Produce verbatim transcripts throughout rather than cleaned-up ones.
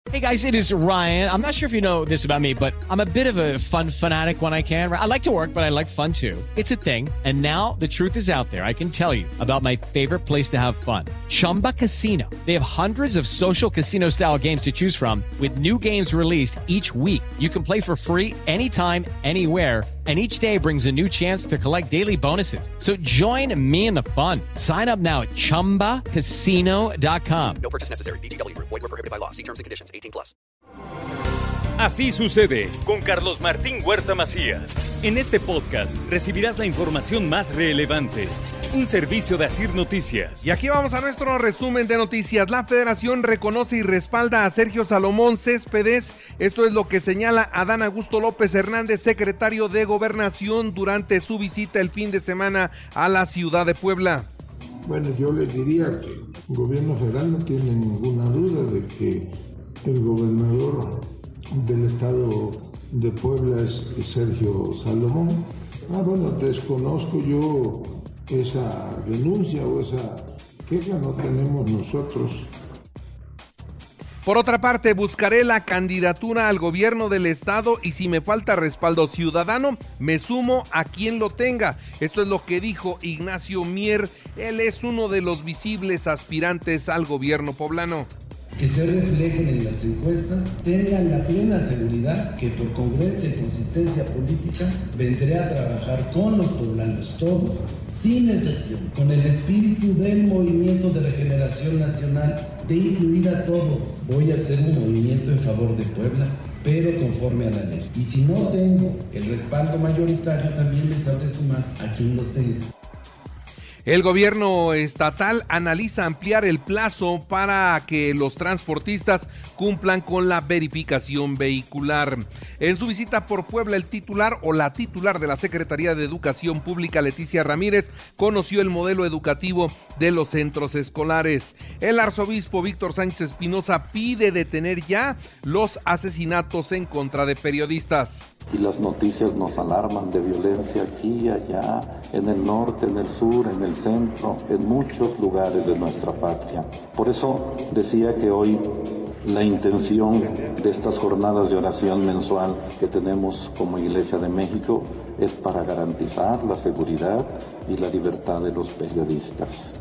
Hey guys, it is Ryan. I'm not sure if you know this about me, but I'm a bit of a fun fanatic when I can. I like to work, but I like fun too. It's a thing. And now the truth is out there. I can tell you about my favorite place to have fun. Chumba Casino. They have hundreds of social casino style games to choose from with new games released each week. You can play for free anytime, anywhere. And each day brings a new chance to collect daily bonuses. So join me in the fun. Sign up now at chumba casino dot com. No purchase necessary. V G W. Void where prohibited by law. See terms and conditions. eighteen plus. Así sucede con Carlos Martín Huerta Macías. En este podcast recibirás la información más relevante. Un servicio de Asir Noticias. Y aquí vamos a nuestro resumen de noticias. La Federación reconoce y respalda a Sergio Salomón Céspedes. Esto es lo que señala Adán Augusto López Hernández, secretario de Gobernación, durante su visita el fin de semana a la ciudad de Puebla. Bueno, yo les diría que el gobierno federal no tiene ninguna duda de que el gobernador del estado de Puebla es Sergio Salomón. Ah, bueno, desconozco yo esa denuncia o esa queja, no tenemos nosotros. Por otra parte, buscaré la candidatura al gobierno del estado y si me falta respaldo ciudadano, me sumo a quien lo tenga. Esto es lo que dijo Ignacio Mier. Él es uno de los visibles aspirantes al gobierno poblano. Que se reflejen en las encuestas, tengan la plena seguridad que por congruencia y consistencia política vendré a trabajar con los poblanos todos, sin excepción, con el espíritu del movimiento de regeneración nacional, de incluir a todos. Voy a hacer un movimiento en favor de Puebla, pero conforme a la ley. Y si no tengo el respaldo mayoritario, también me sabré sumar a quien lo tenga. El gobierno estatal analiza ampliar el plazo para que los transportistas cumplan con la verificación vehicular. En su visita por Puebla, el titular o la titular de la Secretaría de Educación Pública, Leticia Ramírez, conoció el modelo educativo de los centros escolares. El arzobispo Víctor Sánchez Espinosa pide detener ya los asesinatos en contra de periodistas. Y las noticias nos alarman de violencia aquí y allá, en el norte, en el sur, en el centro, en muchos lugares de nuestra patria. Por eso decía que hoy la intención de estas jornadas de oración mensual que tenemos como Iglesia de México es para garantizar la seguridad y la libertad de los periodistas.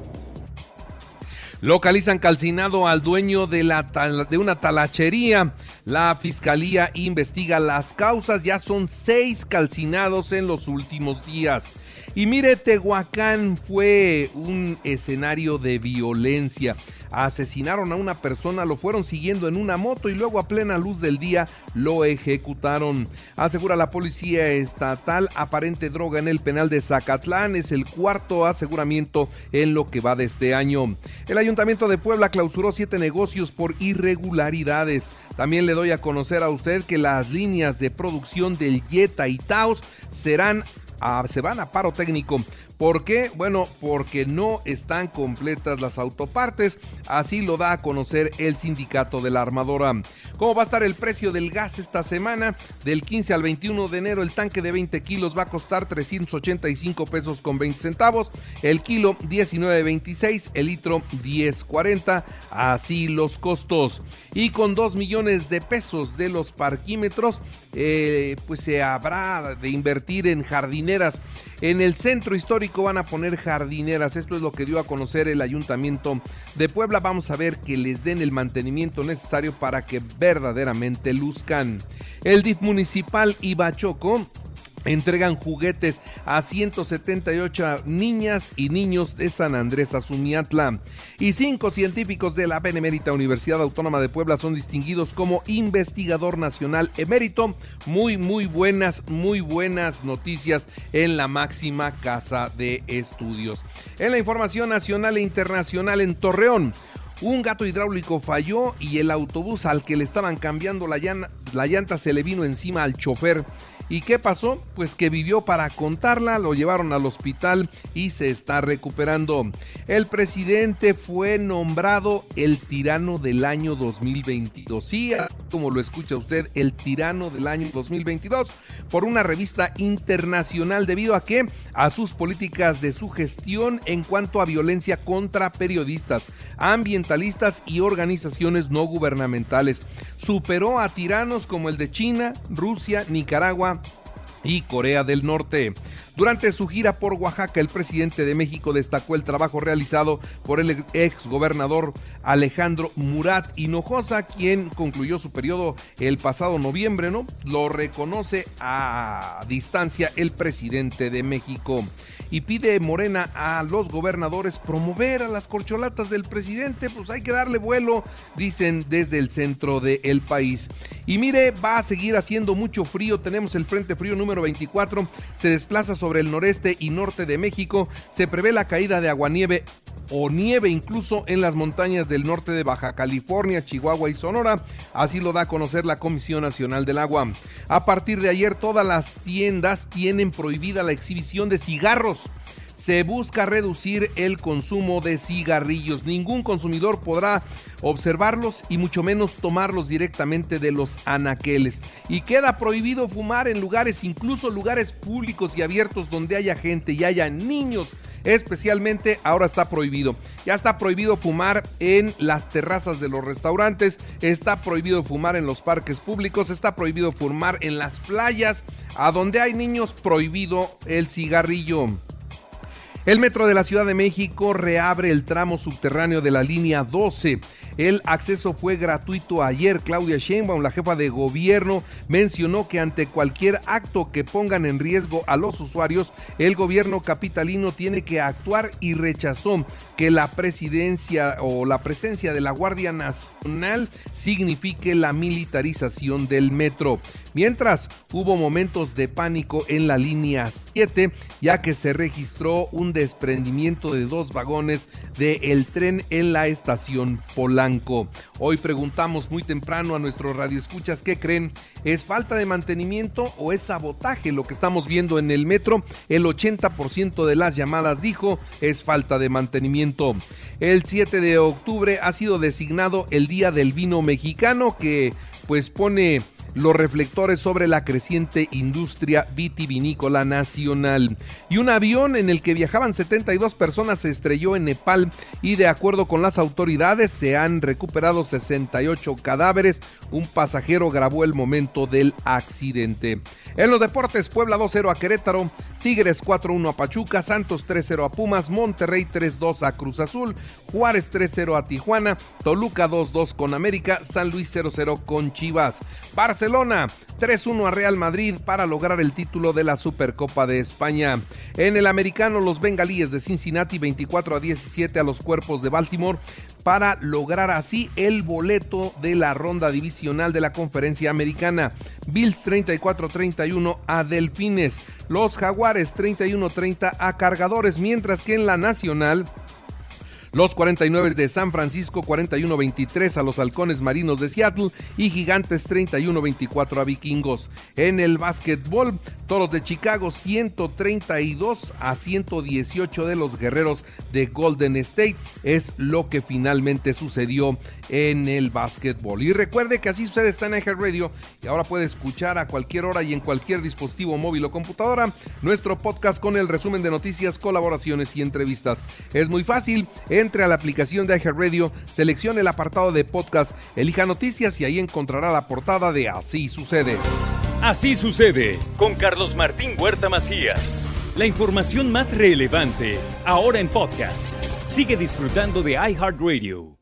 Localizan calcinado al dueño de, la, de una talachería. La fiscalía investiga las causas. Ya son seis calcinados en los últimos días. Y mire, Tehuacán fue un escenario de violencia. Asesinaron a una persona, lo fueron siguiendo en una moto y luego a plena luz del día lo ejecutaron. Asegura la policía estatal, aparente droga en el penal de Zacatlán. Es el cuarto aseguramiento en lo que va de este año. El Ayuntamiento de Puebla clausuró siete negocios por irregularidades. También le doy a conocer a usted que las líneas de producción del Jetta y Taos serán a, se van a paro técnico. ¿Por qué? Bueno, porque no están completas las autopartes, así lo da a conocer el sindicato de la armadora. ¿Cómo va a estar el precio del gas esta semana? Del quince al veintiuno de enero, el tanque de veinte kilos va a costar trescientos ochenta y cinco pesos con veinte centavos, el kilo diecinueve veintiséis, el litro diez cuarenta, así los costos. Y con dos millones de pesos de los parquímetros, eh, pues se habrá de invertir en jardineras. En el centro histórico van a poner jardineras, esto es lo que dio a conocer el Ayuntamiento de Puebla. Vamos a ver que les den el mantenimiento necesario para que verdaderamente luzcan. El D I F municipal y Bachoco entregan juguetes a ciento setenta y ocho niñas y niños de San Andrés Azumiatla. Y cinco científicos de la Benemérita Universidad Autónoma de Puebla son distinguidos como investigador nacional emérito. Muy, muy buenas, muy buenas noticias en la máxima casa de estudios. En la información nacional e internacional, en Torreón, un gato hidráulico falló y el autobús al que le estaban cambiando la llana, la llanta se le vino encima al chofer. ¿Y qué pasó? Pues que vivió para contarla, lo llevaron al hospital y se está recuperando. El presidente fue nombrado el tirano del año dos mil veintidós. Sí, como lo escucha usted, el tirano del año dos mil veintidós por una revista internacional debido a que a sus políticas de su gestión en cuanto a violencia contra periodistas, ambientalistas y organizaciones no gubernamentales. Superó a tiranos como el de China, Rusia, Nicaragua y Corea del Norte. Durante su gira por Oaxaca, el presidente de México destacó el trabajo realizado por el exgobernador Alejandro Murat Hinojosa, quien concluyó su periodo el pasado noviembre, ¿no? Lo reconoce a distancia el presidente de México y pide Morena a los gobernadores promover a las corcholatas del presidente, pues hay que darle vuelo, dicen desde el centro del país. Y mire, va a seguir haciendo mucho frío, tenemos el frente frío número veinticuatro, se desplaza sobre el noreste y norte de México, se prevé la caída de aguanieve o nieve incluso en las montañas del norte de Baja California, Chihuahua y Sonora, así lo da a conocer la Comisión Nacional del Agua. A partir de ayer todas las tiendas tienen prohibida la exhibición de cigarros. Se busca reducir el consumo de cigarrillos. Ningún consumidor podrá observarlos y mucho menos tomarlos directamente de los anaqueles. Y queda prohibido fumar en lugares, incluso lugares públicos y abiertos donde haya gente y haya niños. Especialmente ahora está prohibido. Ya está prohibido fumar en las terrazas de los restaurantes, está prohibido fumar en los parques públicos, está prohibido fumar en las playas. A donde hay niños, prohibido el cigarrillo. El Metro de la Ciudad de México reabre el tramo subterráneo de la línea doce. El acceso fue gratuito ayer. Claudia Sheinbaum, la jefa de gobierno, mencionó que ante cualquier acto que pongan en riesgo a los usuarios, el gobierno capitalino tiene que actuar y rechazó que la presidencia o la presencia de la Guardia Nacional signifique la militarización del metro. Mientras, hubo momentos de pánico en la línea siete, ya que se registró un desprendimiento de dos vagones del tren en la estación Polanco. Hoy preguntamos muy temprano a nuestros radioescuchas qué creen, ¿es falta de mantenimiento o es sabotaje lo que estamos viendo en el metro? El ochenta por ciento de las llamadas dijo es falta de mantenimiento. El siete de octubre ha sido designado el Día del Vino Mexicano, que pues pone los reflectores sobre la creciente industria vitivinícola nacional. Y un avión en el que viajaban setenta y dos personas se estrelló en Nepal y de acuerdo con las autoridades se han recuperado sesenta y ocho cadáveres. Un pasajero grabó el momento del accidente. En los deportes, Puebla dos cero a Querétaro, Tigres cuatro uno a Pachuca, Santos tres cero a Pumas, Monterrey tres dos a Cruz Azul, Juárez tres cero a Tijuana, Toluca dos dos con América, San Luis cero cero con Chivas. Barcelona tres uno a Real Madrid para lograr el título de la Supercopa de España. En el americano, los bengalíes de Cincinnati veinticuatro a diecisiete a los Cuervos de Baltimore para lograr así el boleto de la ronda divisional de la Conferencia Americana. Bills treinta y cuatro a treinta y uno a Delfines. Los Jaguares treinta y uno a treinta a Cargadores, mientras que en la Nacional, los cuarenta y nueve de San Francisco cuarenta y uno a veintitrés a los Halcones Marinos de Seattle y Gigantes treinta y uno a veinticuatro a Vikingos. En el básquetbol, Toros de Chicago ciento treinta y dos a ciento dieciocho de los Guerreros de Golden State. Es lo que finalmente sucedió en el básquetbol. Y recuerde que Así Sucede está en iHeartRadio y ahora puede escuchar a cualquier hora y en cualquier dispositivo móvil o computadora nuestro podcast con el resumen de noticias, colaboraciones y entrevistas. Es muy fácil. Entre a la aplicación de iHeartRadio, seleccione el apartado de podcast, elija noticias y ahí encontrará la portada de Así Sucede. Así Sucede con Carlos Martín Huerta Macías. La información más relevante ahora en podcast. Sigue disfrutando de iHeartRadio.